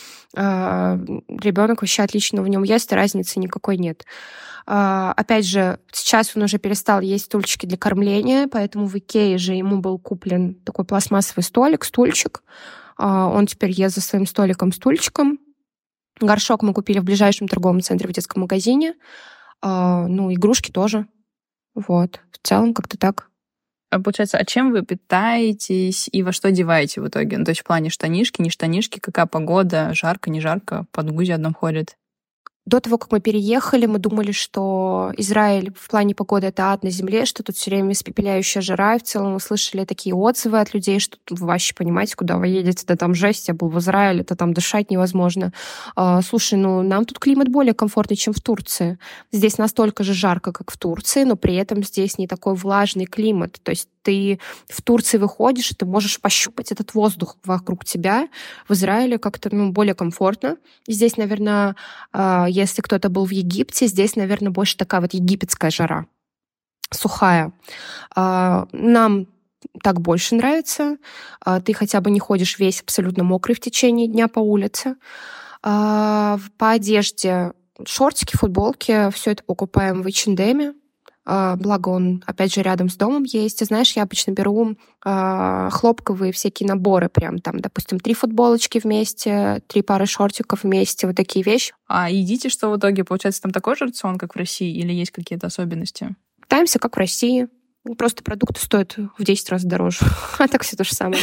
B: ребенок вообще отлично в нем ест, и разницы никакой нет. Опять же, сейчас он уже перестал есть стульчики для кормления, поэтому в Икее же ему был куплен такой пластмассовый стульчик. Он теперь ест за своим стульчиком. Горшок мы купили в ближайшем торговом центре в детском магазине. Ну, игрушки тоже. Вот. В целом как-то так.
A: А получается, чем вы питаетесь и во что одеваете в итоге? Ну, то есть в плане штанишки, не штанишки, какая погода, жарко, не жарко, подгузи одном ходит?
B: До того, как мы переехали, мы думали, что Израиль в плане погоды — это ад на земле, что тут все время испепеляющая жара. И в целом мы слышали такие отзывы от людей, что вы вообще понимаете, куда вы едете, да там жесть, я был в Израиле, это там дышать невозможно. Слушай, нам тут климат более комфортный, чем в Турции. Здесь настолько же жарко, как в Турции, но при этом здесь не такой влажный климат. То есть ты в Турции выходишь, и ты можешь пощупать этот воздух вокруг тебя. В Израиле как-то более комфортно. И здесь, наверное, если кто-то был в Египте, здесь, наверное, больше такая вот египетская жара, сухая. Нам так больше нравится. Ты хотя бы не ходишь весь абсолютно мокрый в течение дня по улице. По одежде шортики, футболки, все это покупаем в H&M. Благо он, опять же, рядом с домом есть. И знаешь, я обычно беру хлопковые всякие наборы, прям там, допустим, 3 футболочки вместе, 3 пары шортиков вместе, вот такие вещи.
A: А едите что в итоге? Получается, там такой же рацион, как в России, или есть какие-то особенности?
B: Питаемся, как в России. Просто продукты стоят в 10 раз дороже. А так все то же самое.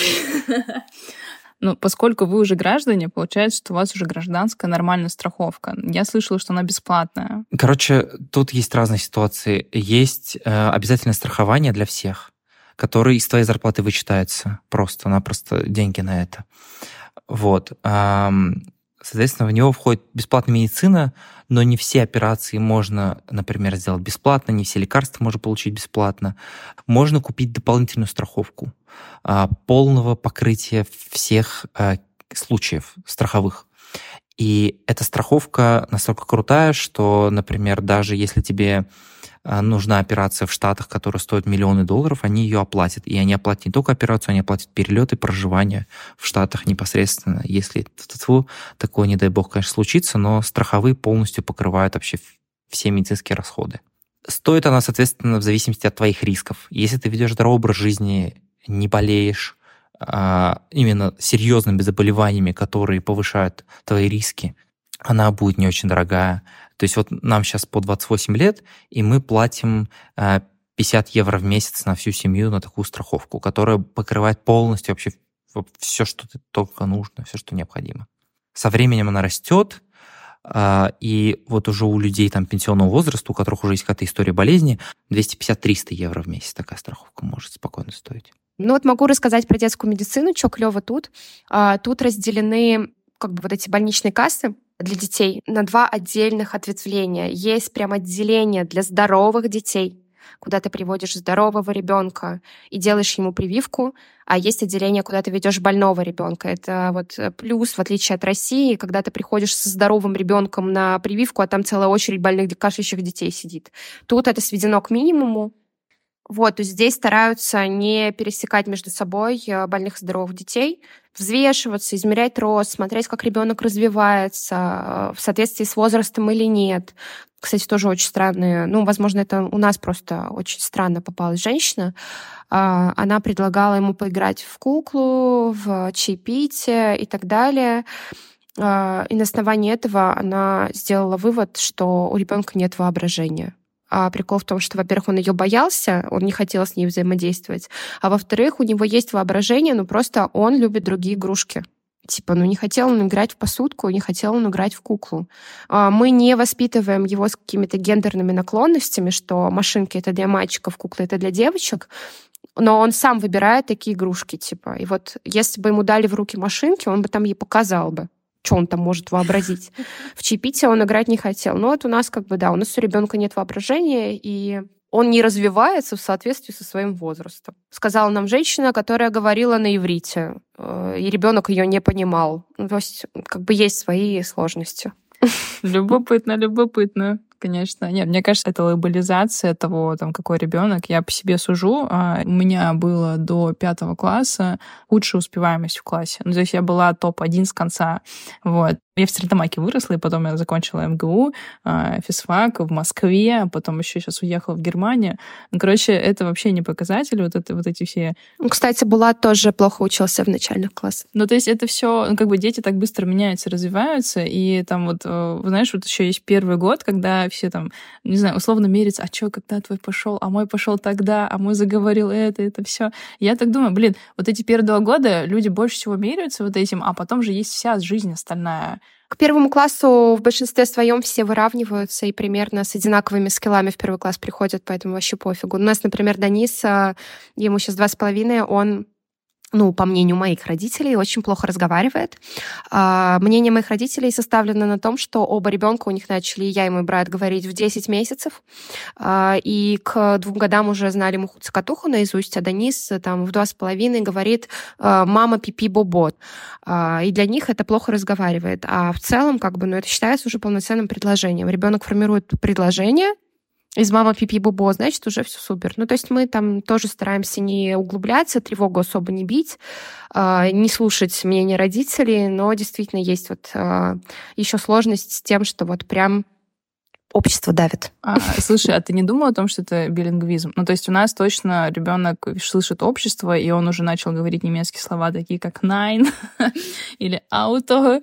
A: Ну, поскольку вы уже граждане, получается, что у вас уже гражданская нормальная страховка. Я слышала, что она бесплатная.
C: Короче, тут есть разные ситуации. Есть обязательное страхование для всех, которое из твоей зарплаты вычитается просто-напросто деньги на это. Вот. Соответственно, в него входит бесплатная медицина, но не все операции можно, например, сделать бесплатно, не все лекарства можно получить бесплатно. Можно купить дополнительную страховку полного покрытия всех случаев страховых. И эта страховка настолько крутая, что, например, даже если тебе нужна операция в Штатах, которая стоит миллионы долларов, они ее оплатят. И они оплатят не только операцию, они оплатят перелет и проживание в Штатах непосредственно. Если такое, не дай бог, конечно, случится, но страховые полностью покрывают вообще все медицинские расходы. Стоит она, соответственно, в зависимости от твоих рисков. Если ты ведешь здоровый образ жизни, не болеешь, именно серьезными заболеваниями, которые повышают твои риски, она будет не очень дорогая. То есть вот нам сейчас по 28 лет, и мы платим 50 евро в месяц на всю семью на такую страховку, которая покрывает полностью вообще все, что только нужно, все, что необходимо. Со временем она растет, и вот уже у людей там пенсионного возраста, у которых уже есть какая-то история болезни, 250-300 евро в месяц такая страховка может спокойно стоить.
B: Ну вот могу рассказать про детскую медицину, что клево тут. Тут разделены как бы вот эти больничные кассы для детей на 2 отдельных ответвления. Есть прям отделение для здоровых детей, куда ты приводишь здорового ребенка и делаешь ему прививку, а есть отделение, куда ты ведешь больного ребенка. Это вот плюс, в отличие от России, когда ты приходишь со здоровым ребенком на прививку, а там целая очередь больных кашляющих детей сидит. Тут это сведено к минимуму. Вот, то есть здесь стараются не пересекать между собой больных и здоровых детей, взвешиваться, измерять рост, смотреть, как ребенок развивается, в соответствии с возрастом или нет. Кстати, тоже очень странные. Ну, возможно, это у нас просто очень странно попалась женщина. Она предлагала ему поиграть в куклу, в чаепитие и так далее. И на основании этого она сделала вывод, что у ребенка нет воображения. А прикол в том, что, во-первых, он ее боялся, он не хотел с ней взаимодействовать, а во-вторых, у него есть воображение, но просто он любит другие игрушки. Типа, не хотел он играть в посудку, не хотел он играть в куклу. Мы не воспитываем его с какими-то гендерными наклонностями, что машинки — это для мальчиков, куклы — это для девочек, но он сам выбирает такие игрушки, типа. И вот если бы ему дали в руки машинки, он бы там ей показал бы, что он там может вообразить. В чаепитие он играть не хотел. Но вот у нас у нас у ребенка нет воображения, и он не развивается в соответствии со своим возрастом. Сказала нам женщина, которая говорила на иврите, и ребенок ее не понимал. То есть есть свои сложности.
A: Любопытно. Конечно. Нет, мне кажется, это лейбализация того, какой ребенок. Я по себе сужу. У меня было до 5 класса худшая успеваемость в классе. То есть я была топ-1 с конца. Вот. Я в Стерлитамаке выросла, и потом я закончила МГУ, физфак в Москве, а потом еще сейчас уехала в Германию. Это вообще не показатель, вот эти все...
B: Кстати, Булат тоже плохо учился в начальных классах.
A: То есть это все, дети так быстро меняются, развиваются, и знаешь, еще есть первый год, когда все не знаю, условно мерятся, а что, когда твой пошел, а мой пошел тогда, а мой заговорил это все. Я так думаю, вот эти первые 2 года люди больше всего меряются вот этим, а потом же есть вся жизнь остальная.
B: К 1 классу в большинстве своем все выравниваются и примерно с одинаковыми скиллами в 1 класс приходят, поэтому вообще пофигу. У нас, например, Данис, ему сейчас 2,5, он, по мнению моих родителей, очень плохо разговаривает. Мнение моих родителей составлено на том, что оба ребенка у них начали, я и мой брат, говорить в 10 месяцев. И к 2 годам уже знали муху-цокотуху наизусть, а Данис в 2,5 говорит «мама, пипи, бобот». И для них это плохо разговаривает. А в целом, это считается уже полноценным предложением. Ребенок формирует предложение, из «мама, пипи, бобо», значит, уже все супер. То есть мы там тоже стараемся не углубляться, тревогу особо не бить, не слушать мнение родителей, но действительно есть еще сложность с тем, что прям общество давит.
A: Слушай, а ты не думала о том, что это билингвизм? То есть у нас точно ребенок слышит общество, и он уже начал говорить немецкие слова, такие как «nein» или «auto».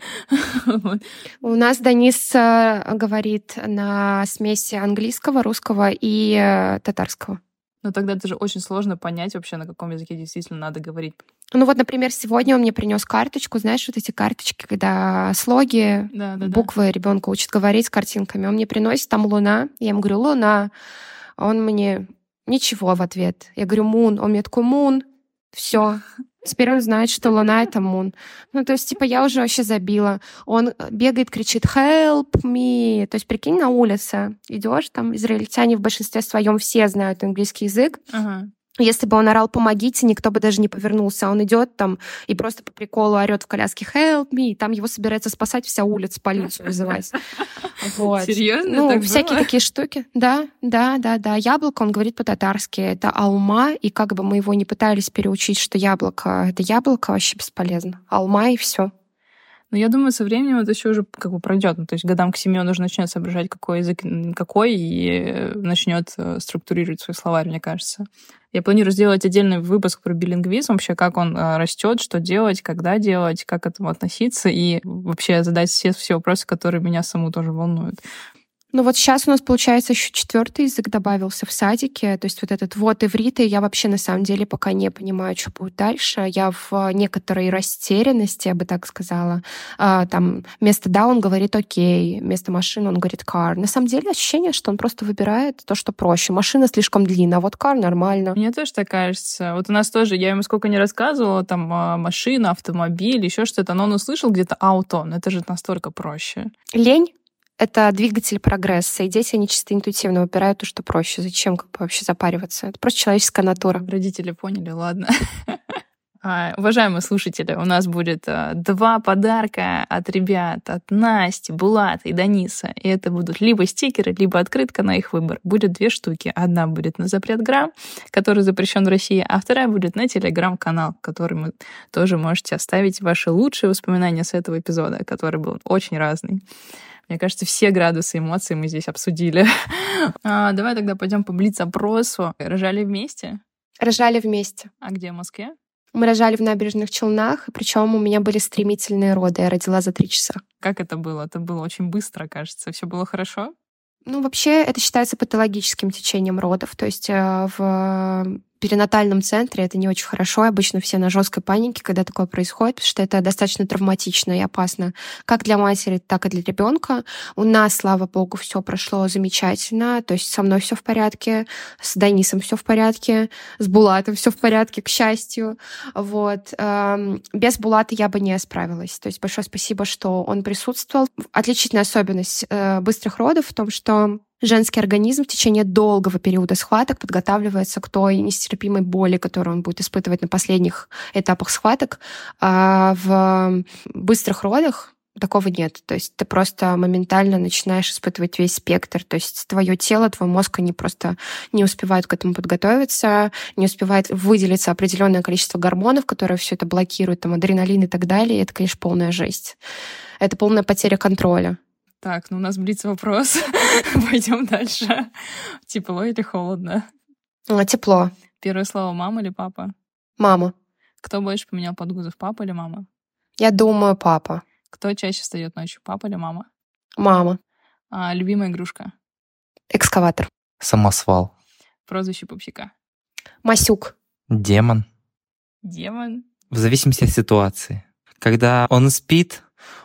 B: У нас Данис говорит на смеси английского, русского и татарского.
A: Но тогда это же очень сложно понять вообще, на каком языке действительно надо говорить.
B: Например, сегодня он мне принес карточку, знаешь, вот эти карточки, когда слоги, буквы ребенка учат говорить с картинками. Он мне приносит, там луна. Я ему говорю, луна. А он мне ничего в ответ. Я говорю, мун. Он мне такой, мун. Все. Теперь он знает, что Луна — это Мун. Ну, то есть, типа, я уже вообще забила. Он бегает, кричит «Help me!». То есть, прикинь, на улице идешь, там израильтяне в большинстве своем все знают английский язык.
A: Ага.
B: Если бы он орал «помогите», никто бы даже не повернулся. А он идет там и просто по приколу орет в коляске «help me», и там его собирается спасать вся улица, полицию вызывать. Вот.
A: Серьезно?
B: Ну,
A: так
B: всякие
A: было?
B: такие штуки. Да. Яблоко, он говорит по-татарски, это алма, и как бы мы его не пытались переучить, что яблоко — это яблоко, вообще бесполезно. Алма и все.
A: Но я думаю, со временем это еще уже как бы пройдет. Ну, то есть годам к 7 он уже начнет соображать, какой язык какой, и начнет структурировать свой словарь, мне кажется. Я планирую сделать отдельный выпуск про билингвизм, вообще, как он растет, что делать, когда делать, как к этому относиться, и вообще задать все вопросы, которые меня саму тоже волнуют.
B: Ну вот сейчас у нас, получается, еще 4-й язык добавился в садике. То есть вот этот вот иврит, и я вообще на самом деле пока не понимаю, что будет дальше. Я в некоторой растерянности, я бы так сказала. Там вместо «да» он говорит «окей», вместо «машины» он говорит «car». На самом деле ощущение, что он просто выбирает то, что проще. Машина слишком длинная, а вот «car» нормально.
A: Мне тоже так кажется. Вот у нас тоже, я ему сколько не рассказывала, там машина, автомобиль, еще что-то, но он услышал где-то «ауто», но это же настолько проще.
B: Лень — это двигатель прогресса, и дети, они чисто интуитивно выбирают то, что проще. Зачем как бы вообще запариваться? Это просто человеческая натура.
A: Родители поняли, ладно. Уважаемые слушатели, у нас будет 2 подарка от ребят, от Насти, Булата и Даниса. И это будут либо стикеры, либо открытка на их выбор. Будет 2 штуки. Одна будет на Запретграм, который запрещен в России, а вторая будет на Телеграм-канал, который вы тоже можете оставить ваши лучшие воспоминания с этого эпизода, который был очень разный. Мне кажется, все градусы эмоций мы здесь обсудили. Давай тогда пойдем по блиц-опросу. Рожали вместе?
B: Рожали вместе.
A: А где, в Москве?
B: Мы рожали в Набережных Челнах, причем у меня были стремительные роды. Я родила за 3 часа.
A: Как это было? Это было очень быстро, кажется. Все было хорошо?
B: Ну, вообще, это считается патологическим течением родов. То есть в перинатальном центре это не очень хорошо. Обычно все на жесткой панике, когда такое происходит, потому что это достаточно травматично и опасно как для матери, так и для ребенка. У нас, слава богу, все прошло замечательно. То есть со мной все в порядке, с Данисом все в порядке, с Булатом все в порядке, к счастью. Вот. Без Булата я бы не справилась. То есть большое спасибо, что он присутствовал. Отличительная особенность быстрых родов в том, что женский организм в течение долгого периода схваток подготавливается к той нестерпимой боли, которую он будет испытывать на последних этапах схваток. А в быстрых родах такого нет. То есть ты просто моментально начинаешь испытывать весь спектр. То есть твое тело, твой мозг, они просто не успевают к этому подготовиться, не успевает выделиться определенное количество гормонов, которые все это блокируют, там адреналин и так далее. И это, конечно, полная жесть. Это полная потеря контроля.
A: Так, ну у нас блиц-вопрос. Пойдем дальше. Тепло или холодно?
B: Тепло.
A: Первое слово мама или папа?
B: Мама.
A: Кто больше поменял подгузов, папа или мама?
B: Я думаю, папа.
A: Кто чаще встает ночью, папа или мама?
B: Мама.
A: Любимая игрушка?
B: Экскаватор.
C: Самосвал.
A: Прозвище пупсика?
B: Масюк.
C: Демон.
A: Демон?
C: В зависимости от ситуации. Когда он спит,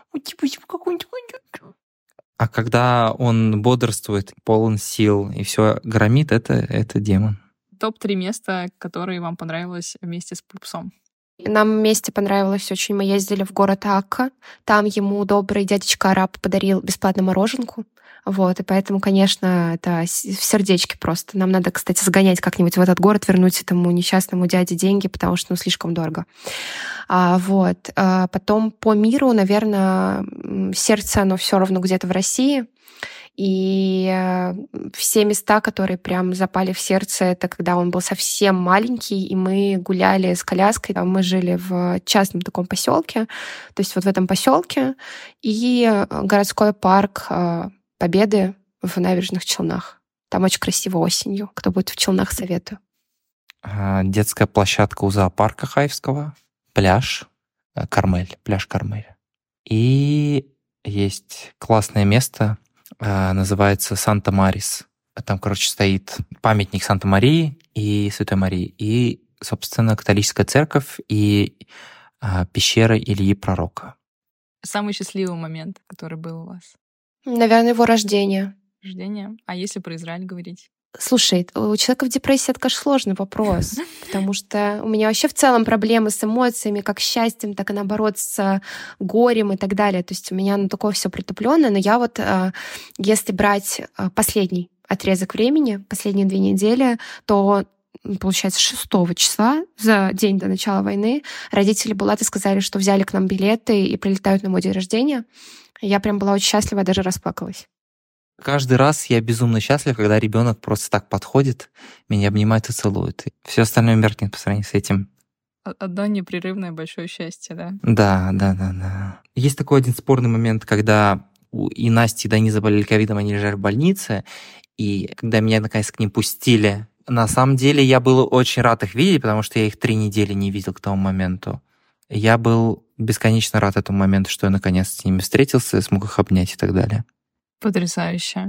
C: а когда он бодрствует, полон сил и все громит, это демон.
A: Топ-3 места, которые вам понравилось вместе с пупсом.
B: Нам вместе понравилось очень. Мы ездили в город Акка. Там ему добрый дядечка-араб подарил бесплатно мороженку. Вот, и поэтому, конечно, это в сердечке просто. Нам надо, кстати, сгонять как-нибудь в этот город, вернуть этому несчастному дяде деньги, потому что, слишком дорого. Потом по миру, наверное, сердце, оно все равно где-то в России. И все места, которые прям запали в сердце, это когда он был совсем маленький, и мы гуляли с коляской. Мы жили в частном таком поселке, то есть вот в этом поселке, и городской парк Победы в Набережных Челнах. Там очень красиво осенью. Кто будет в Челнах, советую.
C: Детская площадка у зоопарка Хаевского, пляж Кармель, пляж Кармель. И есть классное место, называется Санта-Марис. Там, стоит памятник Санта-Марии и Святой Марии. И, собственно, католическая церковь и пещера Ильи Пророка.
A: Самый счастливый момент, который был у вас?
B: Наверное, его рождение.
A: Рождение? А если про Израиль говорить?
B: Слушай, у человека в депрессии это, конечно, сложный вопрос, потому что у меня вообще в целом проблемы с эмоциями, как с счастьем, так и наоборот с горем и так далее. То есть у меня такое все притупленное, но я вот, если брать последний отрезок времени, последние 2 недели, то получается, 6 числа, за день до начала войны, родители Булата сказали, что взяли к нам билеты и прилетают на мой день рождения. Я прям была очень счастлива, даже расплакалась.
C: Каждый раз я безумно счастлив, когда ребенок просто так подходит, меня обнимает и целует. Все остальное меркнет по сравнению с этим.
A: Одно непрерывное большое счастье, да?
C: Да. Есть такой один спорный момент, когда и Настя, и Дани заболели ковидом, они лежали в больнице, и когда меня наконец к ним пустили, на самом деле я был очень рад их видеть, потому что я их 3 недели не видел к тому моменту. Я был бесконечно рад этому моменту, что я наконец с ними встретился, смог их обнять и так далее.
A: Потрясающе.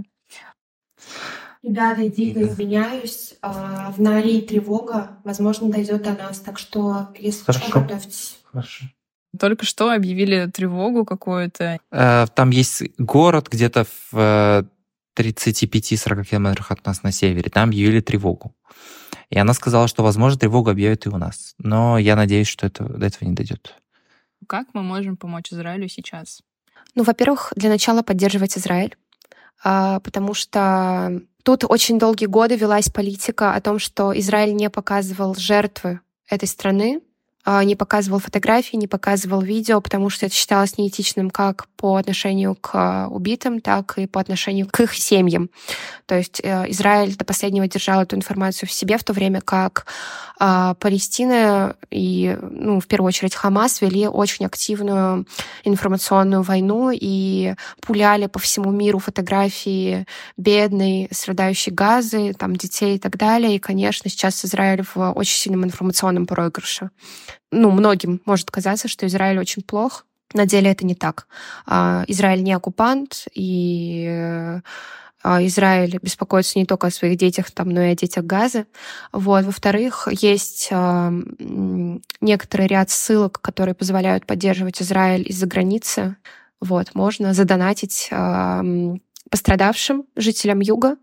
B: Ребята, я дико извиняюсь. В Нарии тревога. Возможно, дойдет до нас. Так что, если что, готовьтесь.
C: Хорошо.
A: Только что объявили тревогу какую-то.
C: Там есть город где-то в 35-40 километрах от нас на севере. Там объявили тревогу. И она сказала, что, возможно, тревогу объявят и у нас. Но я надеюсь, что до этого не дойдет.
A: Как мы можем помочь Израилю сейчас?
B: Ну, во-первых, для начала поддерживать Израиль, потому что тут очень долгие годы велась политика о том, что Израиль не показывал жертвы этой страны, не показывал фотографии, не показывал видео, потому что это считалось неэтичным как по отношению к убитым, так и по отношению к их семьям. То есть Израиль до последнего держал эту информацию в себе, в то время как Палестина и, в первую очередь, Хамас вели очень активную информационную войну и пуляли по всему миру фотографии бедной, страдающей Газы, там, детей и так далее. И, конечно, сейчас Израиль в очень сильном информационном проигрыше. Многим может казаться, что Израиль очень плох. На деле это не так. Израиль не оккупант, и Израиль беспокоится не только о своих детях, но и о детях Газы. Во-вторых, есть некоторый ряд ссылок, которые позволяют поддерживать Израиль из-за границы. Можно задонатить пострадавшим жителям Юга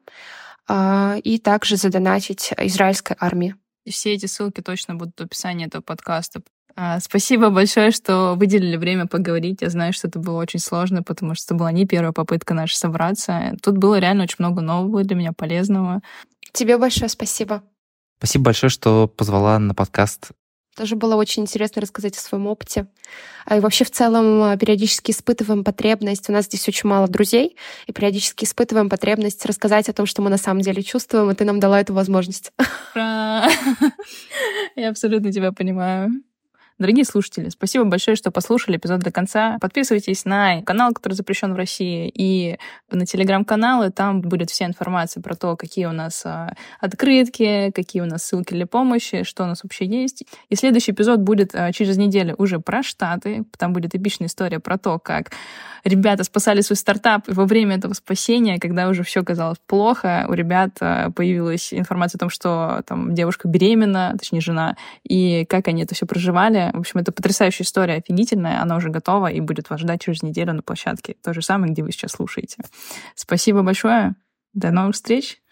B: и также задонатить израильской армии.
A: И все эти ссылки точно будут в описании этого подкаста. Спасибо большое, что выделили время поговорить. Я знаю, что это было очень сложно, потому что это была не первая попытка наша собраться. Тут было реально очень много нового для меня, полезного.
B: Тебе большое спасибо.
C: Спасибо большое, что позвала на подкаст.
B: Тоже было очень интересно рассказать о своем опыте. И вообще в целом периодически испытываем потребность, у нас здесь очень мало друзей, и периодически испытываем потребность рассказать о том, что мы на самом деле чувствуем, и ты нам дала эту возможность.
A: Я абсолютно тебя понимаю. Дорогие слушатели, спасибо большое, что послушали эпизод до конца. Подписывайтесь на канал, который запрещен в России, и на телеграм-каналы. Там будет вся информация про то, какие у нас открытки, какие у нас ссылки для помощи, что у нас вообще есть. И следующий эпизод будет через неделю уже про Штаты. Там будет эпичная история про то, как ребята спасали свой стартап, и во время этого спасения, когда уже все казалось плохо, у ребят появилась информация о том, что там девушка беременна, точнее жена, и как они это все проживали. В общем, это потрясающая история, офигительная, она уже готова и будет вас ждать через неделю на площадке. То же самое, где вы сейчас слушаете. Спасибо большое, до новых встреч!